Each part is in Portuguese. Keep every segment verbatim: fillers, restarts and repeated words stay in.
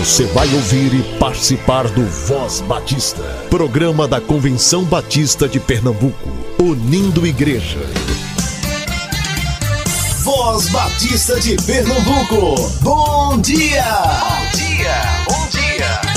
Você vai ouvir e participar do Voz Batista, programa da Convenção Batista de Pernambuco, unindo igreja. Voz Batista de Pernambuco, bom dia! Bom dia, bom dia!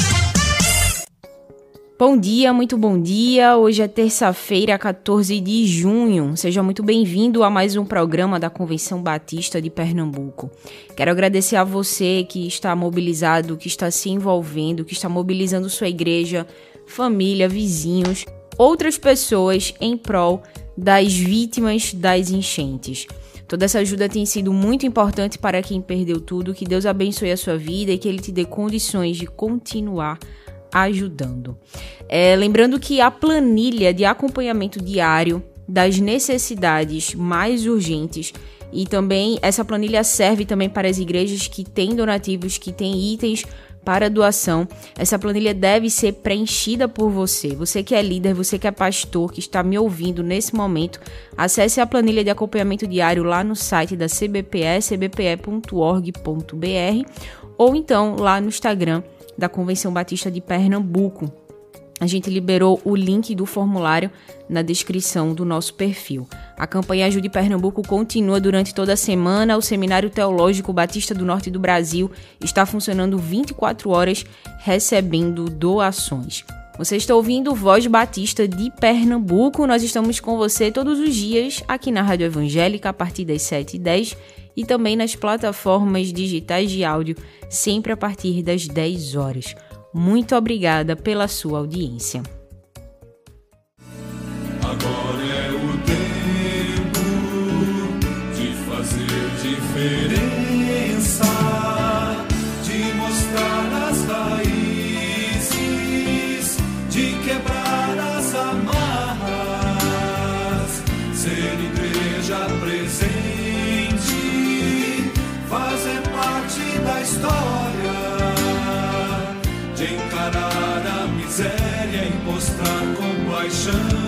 Bom dia, muito bom dia. Hoje é terça-feira, quatorze de junho. Seja muito bem-vindo a mais um programa da Convenção Batista de Pernambuco. Quero agradecer a você que está mobilizado, que está se envolvendo, que está mobilizando sua igreja, família, vizinhos, outras pessoas em prol das vítimas das enchentes. Toda essa ajuda tem sido muito importante para quem perdeu tudo. Que Deus abençoe a sua vida e que Ele te dê condições de continuar ajudando. É, lembrando que a planilha de acompanhamento diário das necessidades mais urgentes, e também essa planilha serve também para as igrejas que têm donativos, que têm itens para doação. Essa planilha deve ser preenchida por você. Você que é líder, você que é pastor, que está me ouvindo nesse momento, acesse a planilha de acompanhamento diário lá no site da C B P E, c b p e ponto org ponto b r, ou então lá no Instagram da Convenção Batista de Pernambuco. A gente liberou o link do formulário na descrição do nosso perfil. A campanha Ajude Pernambuco continua durante toda a semana. O Seminário Teológico Batista do Norte do Brasil está funcionando vinte e quatro horas, recebendo doações. Você está ouvindo Voz Batista de Pernambuco. Nós estamos com você todos os dias aqui na Rádio Evangélica, a partir das sete e dez, e também nas plataformas digitais de áudio, sempre a partir das dez horas. Muito obrigada pela sua audiência. Agora é o tempo de fazer diferença, de mostrar as raízes, de quebrar as amarras, ser igreja presente, fazer parte da história, de encarar a miséria e mostrar compaixão,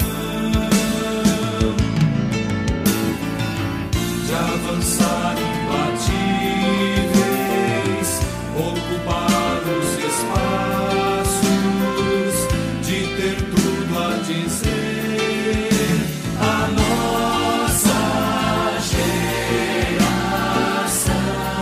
de avançar imbatíveis, ocupar os espaços, de ter tudo a dizer, a nossa geração,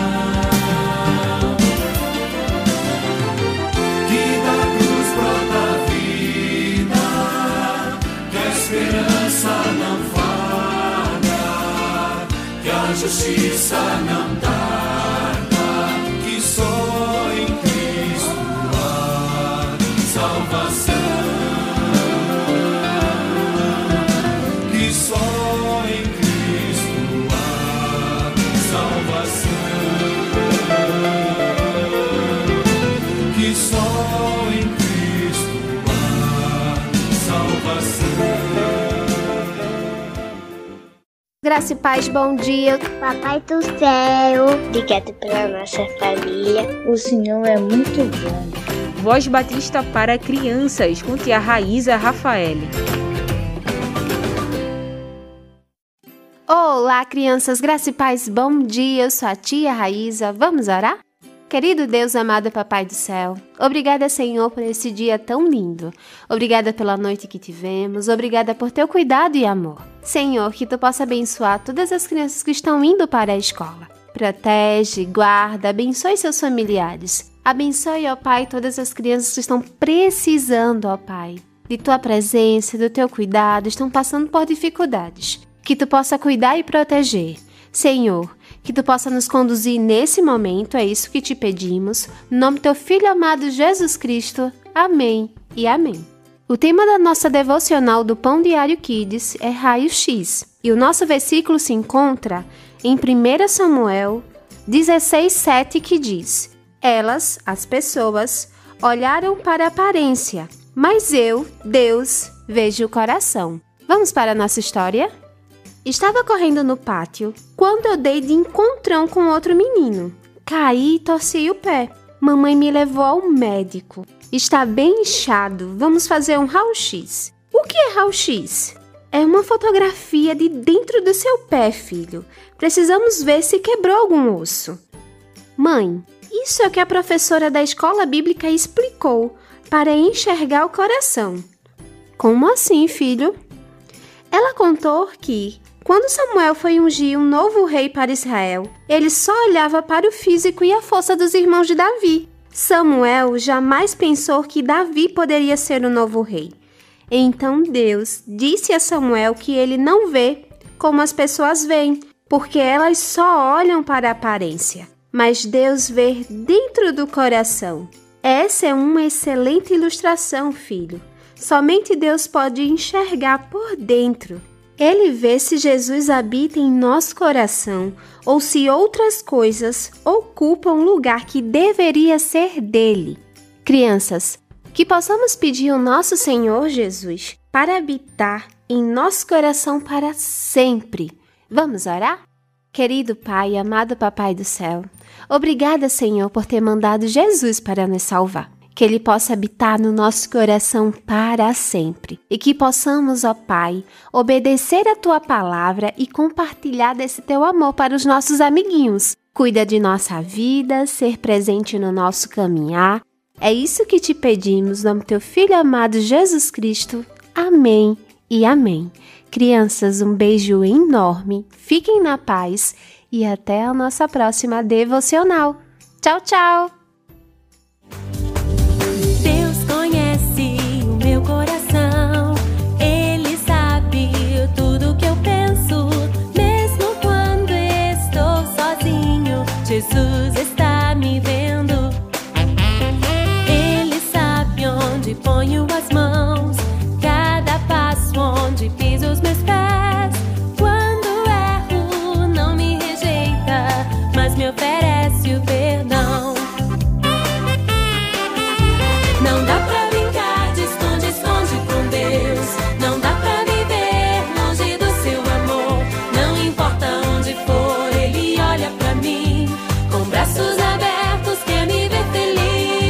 que da cruz brota a vida, que a esperança não falha, que a justiça não tarda, que só em Cristo há salvação, que só em Cristo há salvação, que só em Cristo há salvação. Graça e paz, bom dia. Papai do céu, obrigado pela nossa família. O Senhor é muito bom. Voz Batista para crianças, com tia Raíza Rafael. Olá, crianças, graça e paz, bom dia. Eu sou a tia Raíza. Vamos orar? Querido Deus, amado Papai do céu, obrigada, Senhor, por esse dia tão lindo. Obrigada pela noite que tivemos, obrigada por teu cuidado e amor. Senhor, que tu possa abençoar todas as crianças que estão indo para a escola. Protege, guarda, abençoe seus familiares. Abençoe, ó Pai, todas as crianças que estão precisando, ó Pai, de tua presença, do teu cuidado, estão passando por dificuldades. Que tu possa cuidar e proteger. Senhor, que tu possa nos conduzir nesse momento, é isso que te pedimos. No nome do teu Filho amado Jesus Cristo. Amém e amém. O tema da nossa devocional do Pão Diário Kids é Raio-X. E o nosso versículo se encontra em primeiro Samuel dezesseis, sete, que diz: Elas, as pessoas, olharam para a aparência, mas eu, Deus, vejo o coração. Vamos para a nossa história? Estava correndo no pátio quando eu dei de encontrão com outro menino. Caí e torci o pé. Mamãe me levou ao médico. Está bem inchado. Vamos fazer um raio-x. O que é raio-x? É uma fotografia de dentro do seu pé, filho. Precisamos ver se quebrou algum osso. Mãe, isso é o que a professora da escola bíblica explicou, para enxergar o coração. Como assim, filho? Ela contou que, quando Samuel foi ungir um novo rei para Israel, ele só olhava para o físico e a força dos irmãos de Davi. Samuel jamais pensou que Davi poderia ser o novo rei. Então Deus disse a Samuel que ele não vê como as pessoas veem, porque elas só olham para a aparência. Mas Deus vê dentro do coração. Essa é uma excelente ilustração, filho. Somente Deus pode enxergar por dentro. Ele vê se Jesus habita em nosso coração ou se outras coisas ocupam o lugar que deveria ser dele. Crianças, que possamos pedir ao nosso Senhor Jesus para habitar em nosso coração para sempre. Vamos orar? Querido Pai, amado Papai do Céu, obrigada, Senhor, por ter mandado Jesus para nos salvar. Que Ele possa habitar no nosso coração para sempre. E que possamos, ó Pai, obedecer a Tua palavra e compartilhar desse Teu amor para os nossos amiguinhos. Cuida de nossa vida, ser presente no nosso caminhar. É isso que te pedimos, no nome do Teu Filho amado Jesus Cristo. Amém e amém. Crianças, um beijo enorme, fiquem na paz e até a nossa próxima devocional. Tchau, tchau! Deus conhece o meu coração, Ele sabe tudo que eu penso, mesmo quando estou sozinho, Jesus está me vendo. Ele sabe onde ponho as mãos, cada passo onde piso os meus pés. Quando erro, não me rejeita, mas me oferece o perdão. Não dá pra brincar de esconde-esconde com Deus. Não dá pra viver longe do seu amor. Não importa onde for, Ele olha pra mim com braços abertos, quer me ver feliz.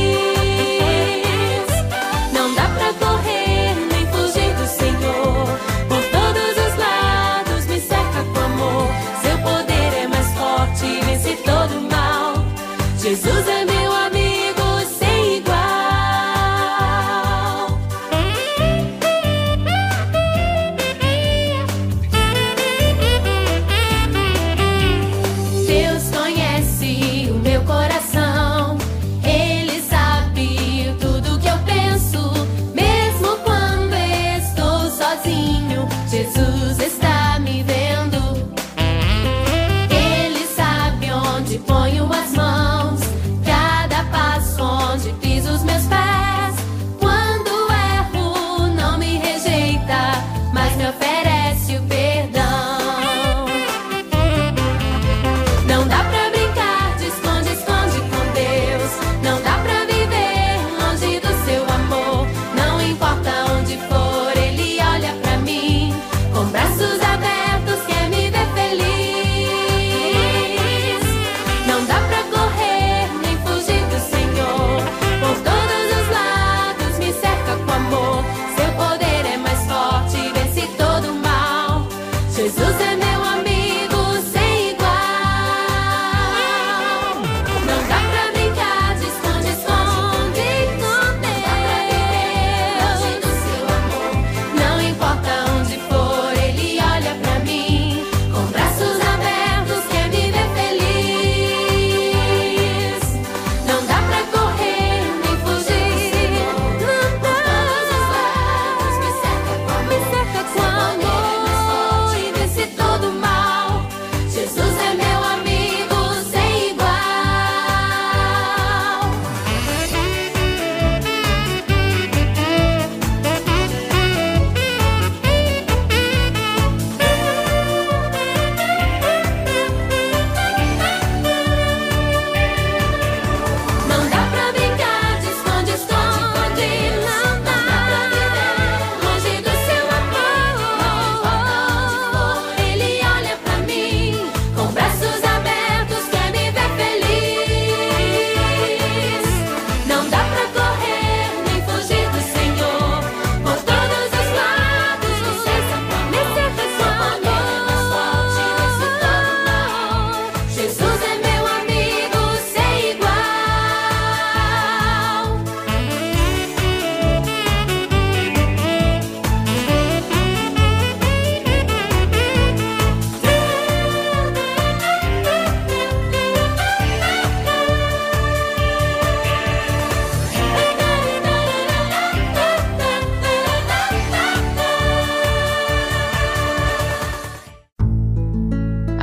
Não dá pra correr nem fugir do Senhor. Por todos os lados me cerca com amor. Seu poder é mais forte, vence todo o mal. Jesus é meu amigo sem igual. Deus conhece o meu coração, Ele sabe tudo que eu penso, mesmo quando estou sozinho, Jesus está me vendo. Ele sabe onde ponho as mãos,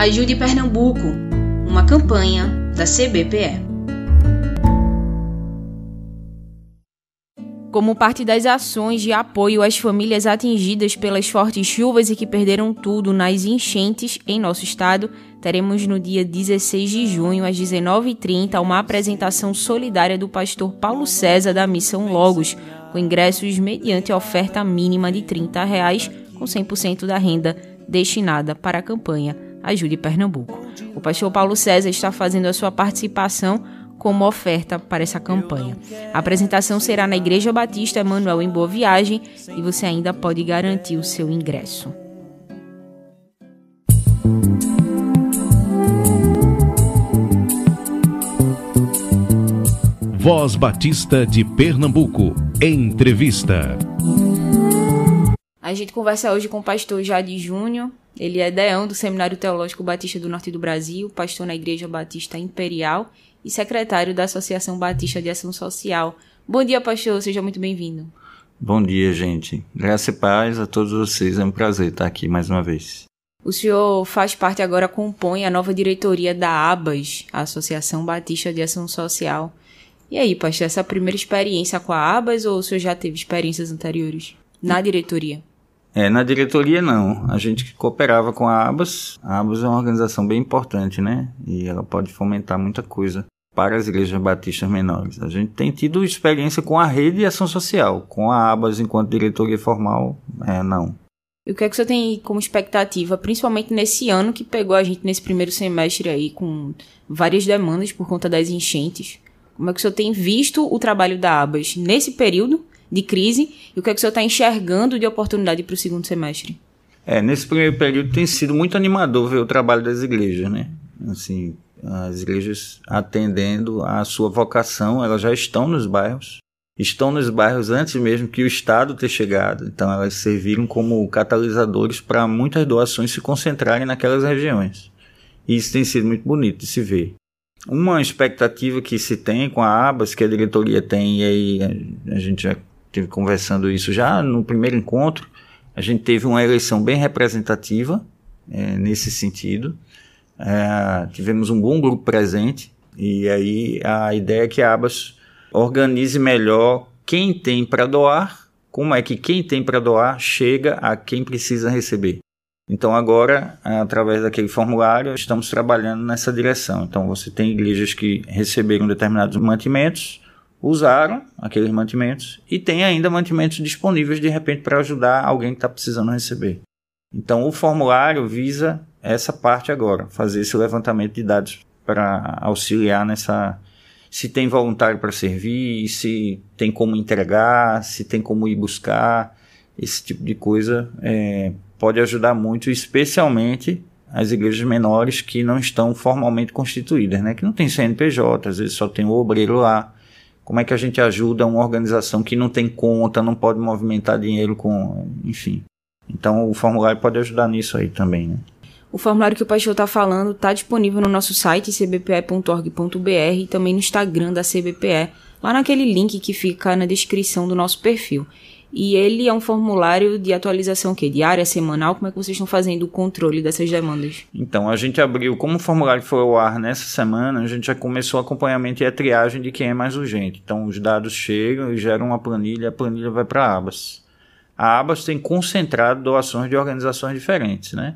Ajude Pernambuco, uma campanha da C B P E. Como parte das ações de apoio às famílias atingidas pelas fortes chuvas e que perderam tudo nas enchentes em nosso estado, teremos no dia dezesseis de junho, às dezenove e trinta, uma apresentação solidária do pastor Paulo César da Missão Logos, com ingressos mediante a oferta mínima de trinta reais, com cem por cento da renda destinada para a campanha Ajude Pernambuco. O pastor Paulo César está fazendo a sua participação como oferta para essa campanha. A apresentação será na Igreja Batista Emanuel em Boa Viagem e você ainda pode garantir o seu ingresso. Voz Batista de Pernambuco. Entrevista. A gente conversa hoje com o pastor Jade Júnior. Ele é deão do Seminário Teológico Batista do Norte do Brasil, pastor na Igreja Batista Imperial e secretário da Associação Batista de Ação Social. Bom dia, pastor. Seja muito bem-vindo. Bom dia, gente. Graça e paz a todos vocês. É um prazer estar aqui mais uma vez. O senhor faz parte agora, compõe a nova diretoria da ABAS, a Associação Batista de Ação Social. E aí, pastor, essa primeira experiência com a ABAS ou o senhor já teve experiências anteriores na diretoria? É, na diretoria não. A gente cooperava com a ABAS. A ABAS é uma organização bem importante, né? E ela pode fomentar muita coisa para as igrejas batistas menores. A gente tem tido experiência com a rede de ação social. Com a ABAS enquanto diretoria formal, é, não. E o que é que o senhor tem como expectativa, principalmente nesse ano que pegou a gente nesse primeiro semestre aí, com várias demandas por conta das enchentes? Como é que o senhor tem visto o trabalho da ABAS nesse período de crise e o que é que o senhor está enxergando de oportunidade para o segundo semestre? É, nesse primeiro período tem sido muito animador ver o trabalho das igrejas, né? Assim, as igrejas atendendo à sua vocação, elas já estão nos bairros, estão nos bairros antes mesmo que o Estado ter chegado, então elas serviram como catalisadores para muitas doações se concentrarem naquelas regiões. E isso tem sido muito bonito de se ver. Uma expectativa que se tem com a ABAS, que a diretoria tem, e aí a gente já esteve conversando isso já no primeiro encontro, a gente teve uma eleição bem representativa é, nesse sentido. É, tivemos um bom grupo presente e aí a ideia é que a ABAS organize melhor quem tem para doar, como é que quem tem para doar chega a quem precisa receber. Então agora, através daquele formulário, estamos trabalhando nessa direção. Então você tem igrejas que receberam determinados mantimentos, usaram aqueles mantimentos e tem ainda mantimentos disponíveis de repente para ajudar alguém que está precisando receber. Então o formulário visa essa parte agora, fazer esse levantamento de dados para auxiliar nessa... Se tem voluntário para servir, se tem como entregar, se tem como ir buscar, esse tipo de coisa é, pode ajudar muito, especialmente as igrejas menores que não estão formalmente constituídas, né? Que não tem C N P J, às vezes só tem o obreiro lá. Como é que a gente ajuda uma organização que não tem conta, não pode movimentar dinheiro com... Enfim. Então o formulário pode ajudar nisso aí também, né? O formulário que o pastor está falando está disponível no nosso site c b p e ponto org ponto b r e também no Instagram da C B P E, lá naquele link que fica na descrição do nosso perfil. E ele é um formulário de atualização que diária, semanal? Como é que vocês estão fazendo o controle dessas demandas? Então, a gente abriu, como o formulário foi ao ar nessa semana, a gente já começou o acompanhamento e a triagem de quem é mais urgente. Então, os dados chegam e geram uma planilha, a planilha vai para a ABAS. A ABAS tem concentrado doações de organizações diferentes, né?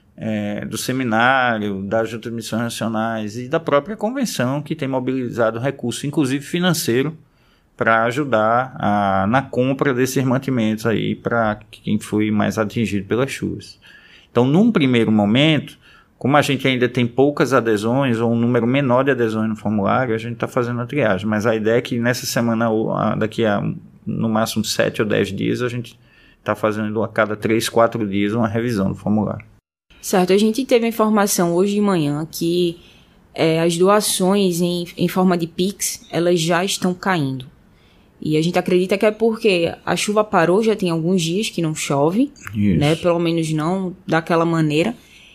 É, do seminário, das outras missões nacionais e da própria convenção, que tem mobilizado recurso, inclusive financeiro, para ajudar a, na compra desses mantimentos aí para quem foi mais atingido pelas chuvas. Então, num primeiro momento, como a gente ainda tem poucas adesões ou um número menor de adesões no formulário, a gente está fazendo a triagem, mas a ideia é que nessa semana, daqui a no máximo sete ou dez dias, a gente está fazendo a cada três, quatro dias uma revisão do formulário. Certo, a gente teve a informação hoje de manhã que é, as doações em, em forma de Pix, elas já estão caindo. E a gente acredita que é porque a chuva parou, já tem alguns dias que não chove, Isso. né? Pelo menos não daquela maneira.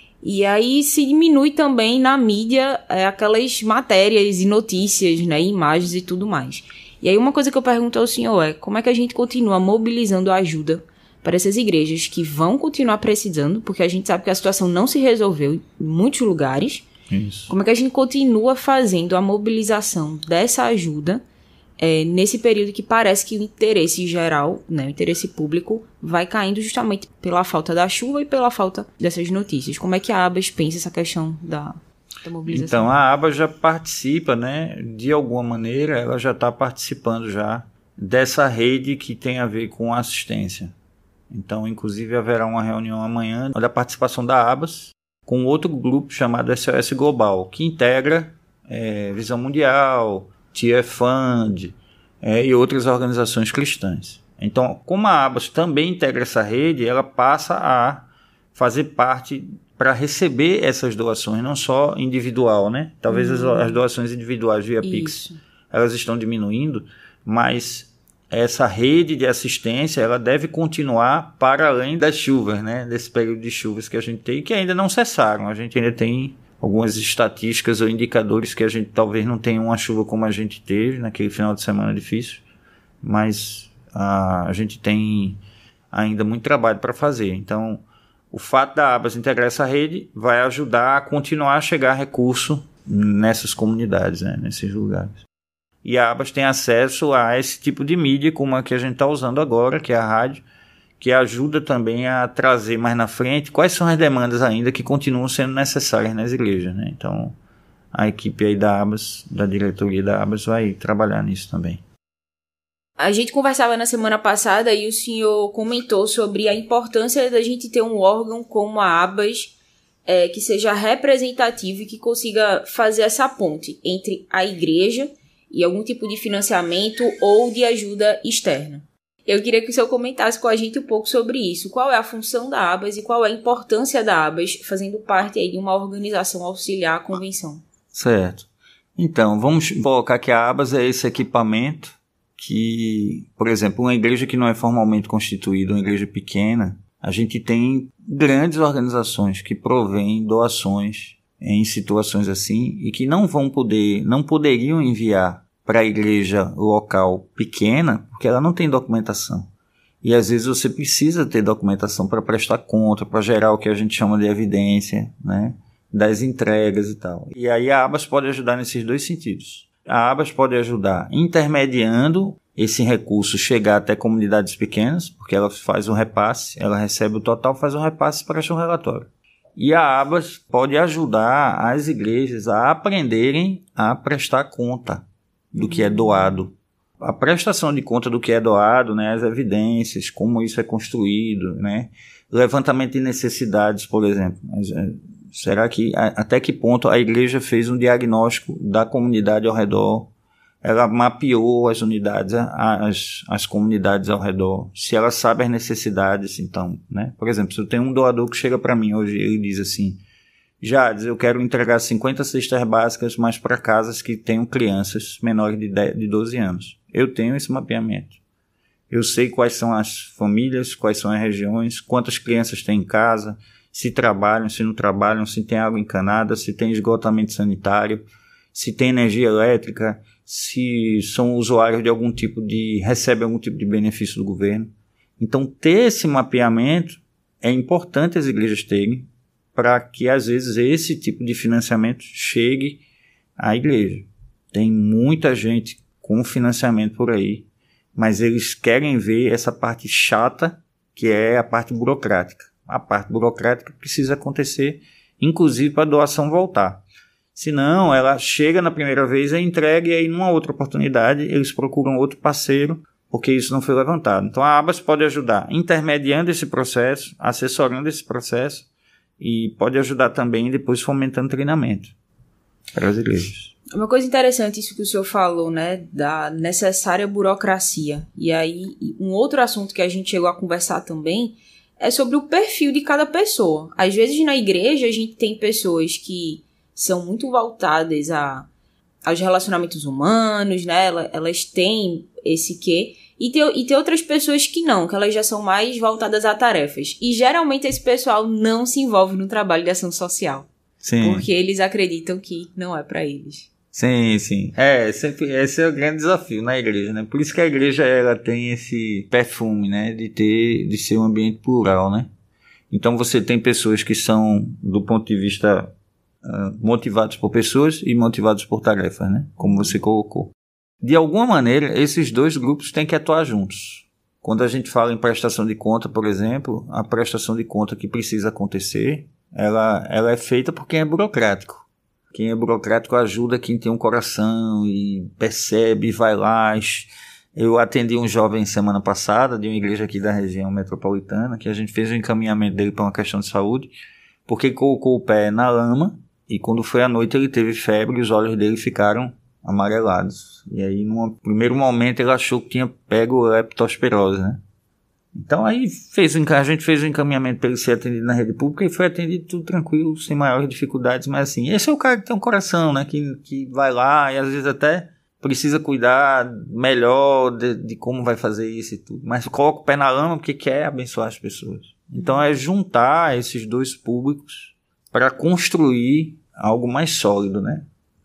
E aí se diminui também na mídia é, aquelas matérias e notícias, né? Imagens e tudo mais. E aí uma coisa que eu pergunto ao senhor é como é que a gente continua mobilizando a ajuda para essas igrejas que vão continuar precisando, porque a gente sabe que a situação não se resolveu em muitos lugares. Isso. Como é que a gente continua fazendo a mobilização dessa ajuda é, nesse período que parece que o interesse geral, né, o interesse público, vai caindo justamente pela falta da chuva e pela falta dessas notícias? Como é que a ABAS pensa essa questão da, da mobilização? Então, a ABAS já participa, né, de alguma maneira, ela já está participando já dessa rede que tem a ver com assistência. Então, inclusive, haverá uma reunião amanhã da participação da ABAS com outro grupo chamado S O S Global, que integra é, Visão Mundial, Tear Fund é, e outras organizações cristãs. Então, como a ABAS também integra essa rede, ela passa a fazer parte para receber essas doações, não só individual, né? Talvez uhum. as, as doações individuais via Isso. Pix, elas estão diminuindo, mas essa rede de assistência, ela deve continuar para além das chuvas, né? Desse período de chuvas que a gente tem, que ainda não cessaram. A gente ainda tem algumas estatísticas ou indicadores que a gente talvez não tenha uma chuva como a gente teve naquele final de semana difícil, mas a, a gente tem ainda muito trabalho para fazer. Então, o fato da ABAS integrar essa rede vai ajudar a continuar a chegar recurso nessas comunidades, né? Nesses lugares. E a ABAS tem acesso a esse tipo de mídia, como a que a gente está usando agora, que é a rádio, que ajuda também a trazer mais na frente quais são as demandas ainda que continuam sendo necessárias nas igrejas, né? Então, a equipe aí da ABAS, da diretoria da ABAS, vai trabalhar nisso também. A gente conversava na semana passada e o senhor comentou sobre a importância da gente ter um órgão como a ABAS, é, que seja representativo e que consiga fazer essa ponte entre a igreja e algum tipo de financiamento ou de ajuda externa. Eu queria que o senhor comentasse com a gente um pouco sobre isso. Qual é a função da ABAS e qual é a importância da ABAS fazendo parte aí de uma organização auxiliar à convenção? Certo. Então, vamos colocar que a ABAS é esse equipamento que, por exemplo, uma igreja que não é formalmente constituída, uma igreja pequena, a gente tem grandes organizações que provêm doações em situações assim e que não vão poder, não poderiam enviar para a igreja local pequena porque ela não tem documentação. E às vezes você precisa ter documentação para prestar conta, para gerar o que a gente chama de evidência, né, das entregas e tal. E aí a ABAS pode ajudar nesses dois sentidos. A ABAS pode ajudar intermediando esse recurso chegar até comunidades pequenas, porque ela faz um repasse, ela recebe o total, faz um repasse e presta um relatório. E a ABAS pode ajudar as igrejas a aprenderem a prestar conta do que é doado. A prestação de conta do que é doado, né, as evidências, como isso é construído, né, levantamento de necessidades, por exemplo. Será que, até que ponto a igreja fez um diagnóstico da comunidade ao redor? Ela mapeou as unidades, as, as comunidades ao redor. Se ela sabe as necessidades, então, né? Por exemplo, se eu tenho um doador que chega para mim hoje, ele diz assim, Jades, eu quero entregar cinquenta cestas básicas, mas para casas que tenham crianças menores de, dez, de doze anos. Eu tenho esse mapeamento. Eu sei quais são as famílias, quais são as regiões, quantas crianças tem em casa, se trabalham, se não trabalham, se tem água encanada, se tem esgotamento sanitário, se tem energia elétrica, se são usuários de algum tipo de... recebem algum tipo de benefício do governo. Então, ter esse mapeamento é importante as igrejas terem para que, às vezes, esse tipo de financiamento chegue à igreja. Tem muita gente com financiamento por aí, mas eles querem ver essa parte chata, que é a parte burocrática. A parte burocrática precisa acontecer, inclusive para a doação voltar. Senão, ela chega na primeira vez, é entregue e aí, numa outra oportunidade, eles procuram outro parceiro, porque isso não foi levantado. Então, a ABAS pode ajudar intermediando esse processo, assessorando esse processo, e pode ajudar também depois fomentando treinamento para as igrejas. Uma coisa interessante isso que o senhor falou, né, da necessária burocracia. E aí, um outro assunto que a gente chegou a conversar também é sobre o perfil de cada pessoa. Às vezes, na igreja, a gente tem pessoas que são muito voltadas a, aos relacionamentos humanos, né? Elas têm esse quê. E tem, e tem outras pessoas que não, que elas já são mais voltadas a tarefas. E geralmente esse pessoal não se envolve no trabalho de ação social. Sim. Porque eles acreditam que não é para eles. Sim, sim. É, sempre, esse é o grande desafio na igreja, né? Por isso que a igreja, ela tem esse perfume, né? De ter, de ser um ambiente plural, né? Então você tem pessoas que são, do ponto de vista, uh, motivados por pessoas e motivados por tarefas, né? Como você colocou. De alguma maneira, esses dois grupos têm que atuar juntos. Quando a gente fala em prestação de conta, por exemplo, a prestação de conta que precisa acontecer, ela, ela é feita por quem é burocrático. Quem é burocrático ajuda quem tem um coração e percebe e vai lá. Eu atendi um jovem semana passada de uma igreja aqui da região metropolitana, que a gente fez o encaminhamento dele para uma questão de saúde, porque ele colocou o pé na lama e quando foi à noite ele teve febre e os olhos dele ficaram amarelados. E aí, num primeiro momento, ele achou que tinha pego leptospirose, né? Então aí fez, a gente fez o encaminhamento para ele ser atendido na rede pública e foi atendido tudo tranquilo, sem maiores dificuldades, mas assim, esse é o cara que tem um coração, né, que, que vai lá e às vezes até precisa cuidar melhor de, de como vai fazer isso e tudo, mas coloca o pé na lama porque quer abençoar as pessoas. Então é juntar esses dois públicos para construir algo mais sólido, né?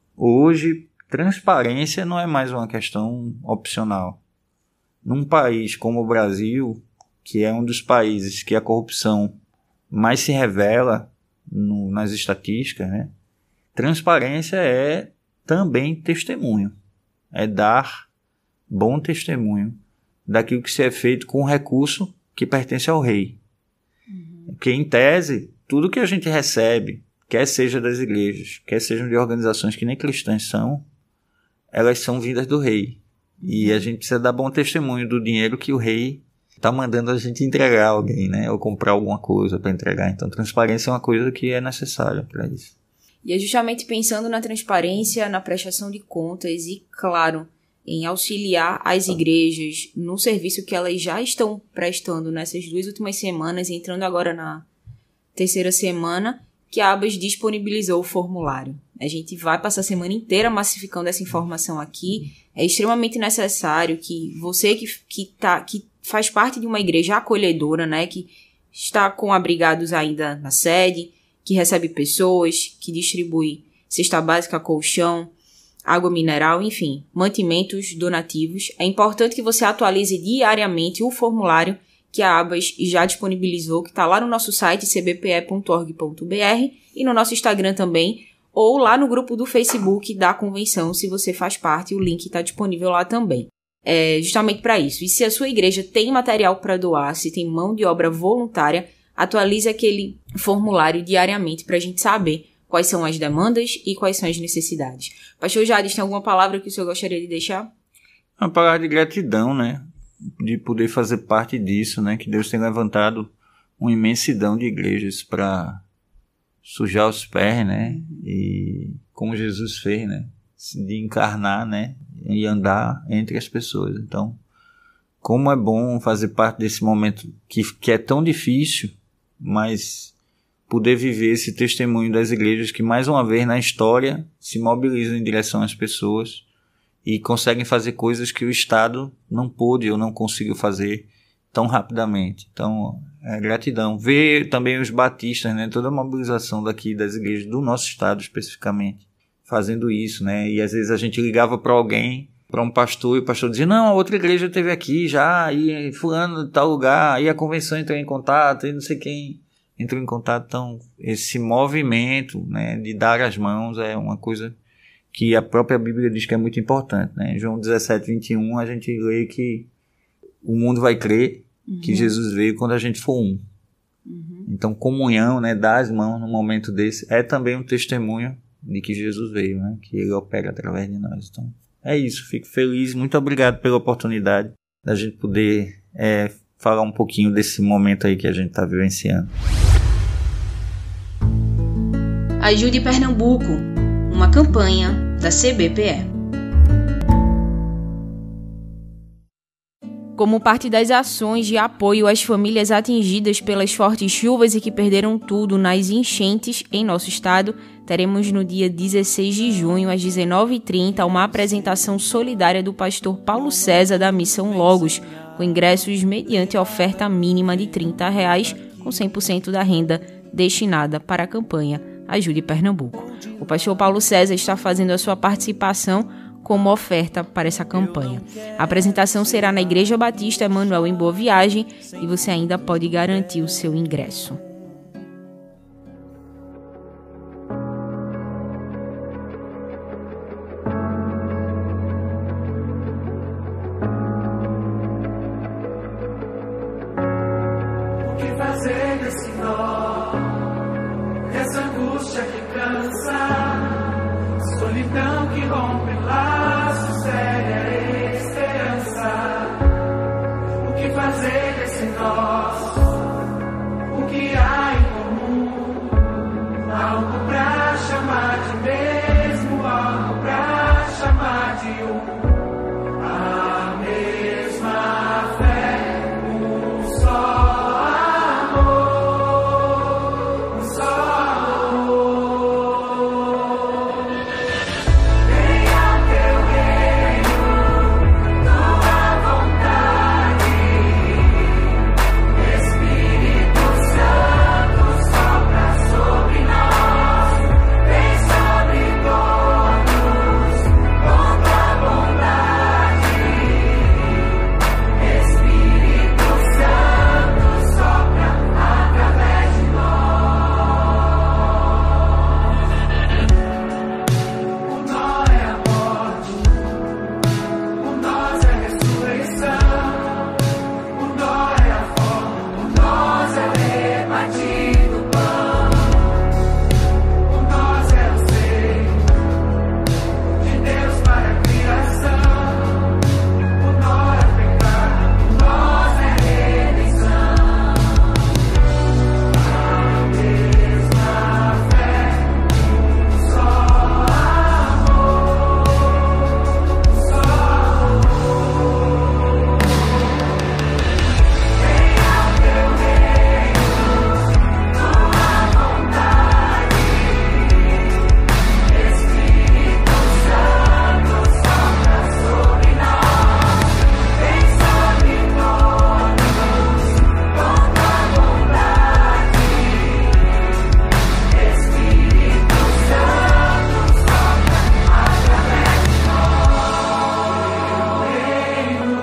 Hoje, transparência não é mais uma questão opcional. Num país como o Brasil, que é um dos países que a corrupção mais se revela no, nas estatísticas, né? Transparência é também testemunho. É dar bom testemunho daquilo que se é feito com o recurso que pertence ao rei. Uhum. Porque, em tese, tudo que a gente recebe, quer seja das igrejas, quer sejam de organizações que nem cristãs são, elas são vindas do rei. E a gente precisa dar bom testemunho do dinheiro que o rei está mandando a gente entregar a alguém, né? Ou comprar alguma coisa para entregar. Então, transparência é uma coisa que é necessária para isso. E é justamente pensando na transparência, na prestação de contas e, claro, em auxiliar as igrejas no serviço que elas já estão prestando nessas duas últimas semanas, entrando agora na terceira semana, que a Abas disponibilizou o formulário. A gente vai passar a semana inteira massificando essa informação aqui. É extremamente necessário que você que, que, tá, que faz parte de uma igreja acolhedora, né, que está com abrigados ainda na sede, que recebe pessoas, que distribui cesta básica, colchão, água mineral, enfim, mantimentos donativos. É importante que você atualize diariamente o formulário que a Abas já disponibilizou, que está lá no nosso site c b p e ponto org ponto b r e no nosso Instagram também, ou lá no grupo do Facebook da convenção, se você faz parte, o link está disponível lá também. É justamente para isso. E se a sua igreja tem material para doar, se tem mão de obra voluntária, atualize aquele formulário diariamente para a gente saber quais são as demandas e quais são as necessidades. Pastor Jades, tem alguma palavra que o senhor gostaria de deixar? Uma palavra de gratidão, né? De poder fazer parte disso, né? Que Deus tem levantado uma imensidão de igrejas para sujar os pés, né? E como Jesus fez, né? De encarnar, né? E andar entre as pessoas. Então, como é bom fazer parte desse momento que, que é tão difícil, mas poder viver esse testemunho das igrejas que, mais uma vez, na história, se mobilizam em direção às pessoas e conseguem fazer coisas que o Estado não pôde ou não conseguiu fazer tão rapidamente. Então, é gratidão. Ver também os batistas, né? Toda a mobilização daqui das igrejas do nosso Estado, especificamente, fazendo isso, né? E às vezes a gente ligava para alguém, para um pastor, e o pastor dizia, não, a outra igreja esteve aqui já, e fulano de tal lugar, e a convenção entrou em contato, e não sei quem entrou em contato. Então, esse movimento, né, de dar as mãos é uma coisa que a própria Bíblia diz que é muito importante, né? Em João dezessete, vinte e um, a gente lê que o mundo vai crer uhum. que Jesus veio quando a gente for um. Uhum. Então, comunhão, né, dar as mãos num momento desse, é também um testemunho de que Jesus veio, né? Que Ele opera através de nós. Então, é isso. Fico feliz. Muito obrigado pela oportunidade da gente poder é, falar um pouquinho desse momento aí que a gente está vivenciando. Ajude Pernambuco, uma campanha da C B P E. Como parte das ações de apoio às famílias atingidas pelas fortes chuvas e que perderam tudo nas enchentes em nosso estado, teremos no dia dezesseis de junho, às dezenove e trinta, uma apresentação solidária do pastor Paulo César da Missão Logos, com ingressos mediante oferta mínima de trinta reais, com cem por cento da renda destinada para a campanha Ajude Pernambuco. O pastor Paulo César está fazendo a sua participação como oferta para essa campanha. A apresentação será na Igreja Batista Emanuel em Boa Viagem e você ainda pode garantir o seu ingresso. O que fazer desse nó, dessa angústia que cansa, solidão que rompe laços, cega a esperança. O que fazer desse nós? O que há em comum? Algo pra chamar de mesmo, algo pra chamar de um. A mesma fé, um só amor, um só amor. Venha teu reino, tua vontade, Espírito Santo sopra sobre nós, vem sobre todos, com tua bondade, Espírito Santo sopra através de nós. O nó é a morte, o nós é a ressurreição, o nó é a fome, o nós é o repartido pão, o nós é o seio de Deus para a criação, o nó é o pecado, o nós é a redenção. A mesma fé, um só amor, um só amor. Venha o teu reino, tua vontade, Espírito Santo sopra sobre nós, vem sobre todos, com tua bondade, Espírito Santo sopra através de nós. Reino,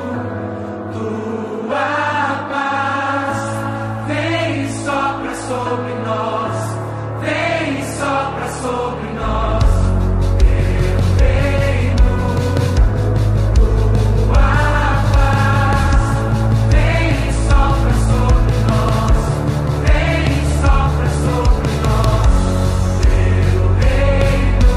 tua paz, vem e sopra sobre nós, vem e sopra sobre nós. Teu reino, tua paz, vem e sopra sobre nós, vem e sopra sobre nós. Teu reino,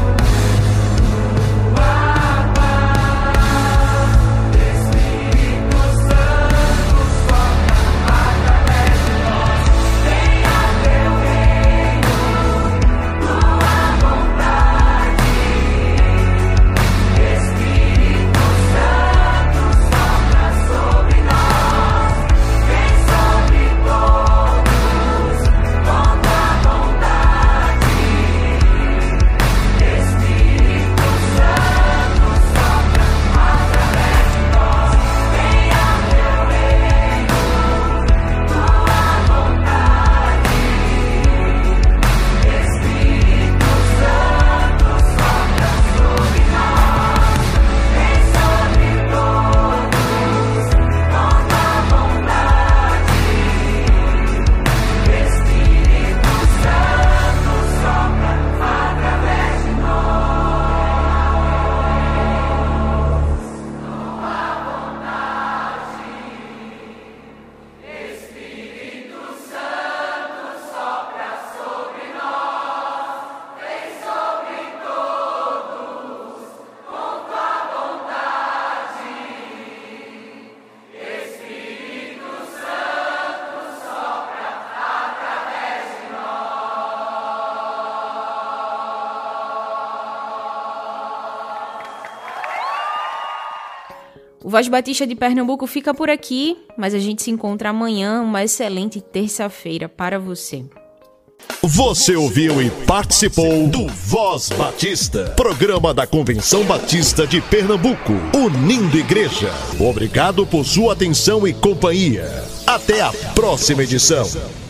tua paz, Espírito Santo sopra através de nós. Venha teu reino, tua vontade, Espírito Santo sopra sobre nós, vem sobre todos, com tua bondade, Espírito Santo sopra através de nós. Venha teu reino, tua vontade, Espírito Santo sopra sobre nós, vem sobre todos, com tua bondade, Espírito Santo sopra através de O Voz Batista de Pernambuco fica por aqui, mas a gente se encontra amanhã, uma excelente terça-feira para você. Você ouviu e participou do Voz Batista, programa da Convenção Batista de Pernambuco, unindo igreja. Obrigado por sua atenção e companhia. Até a próxima edição.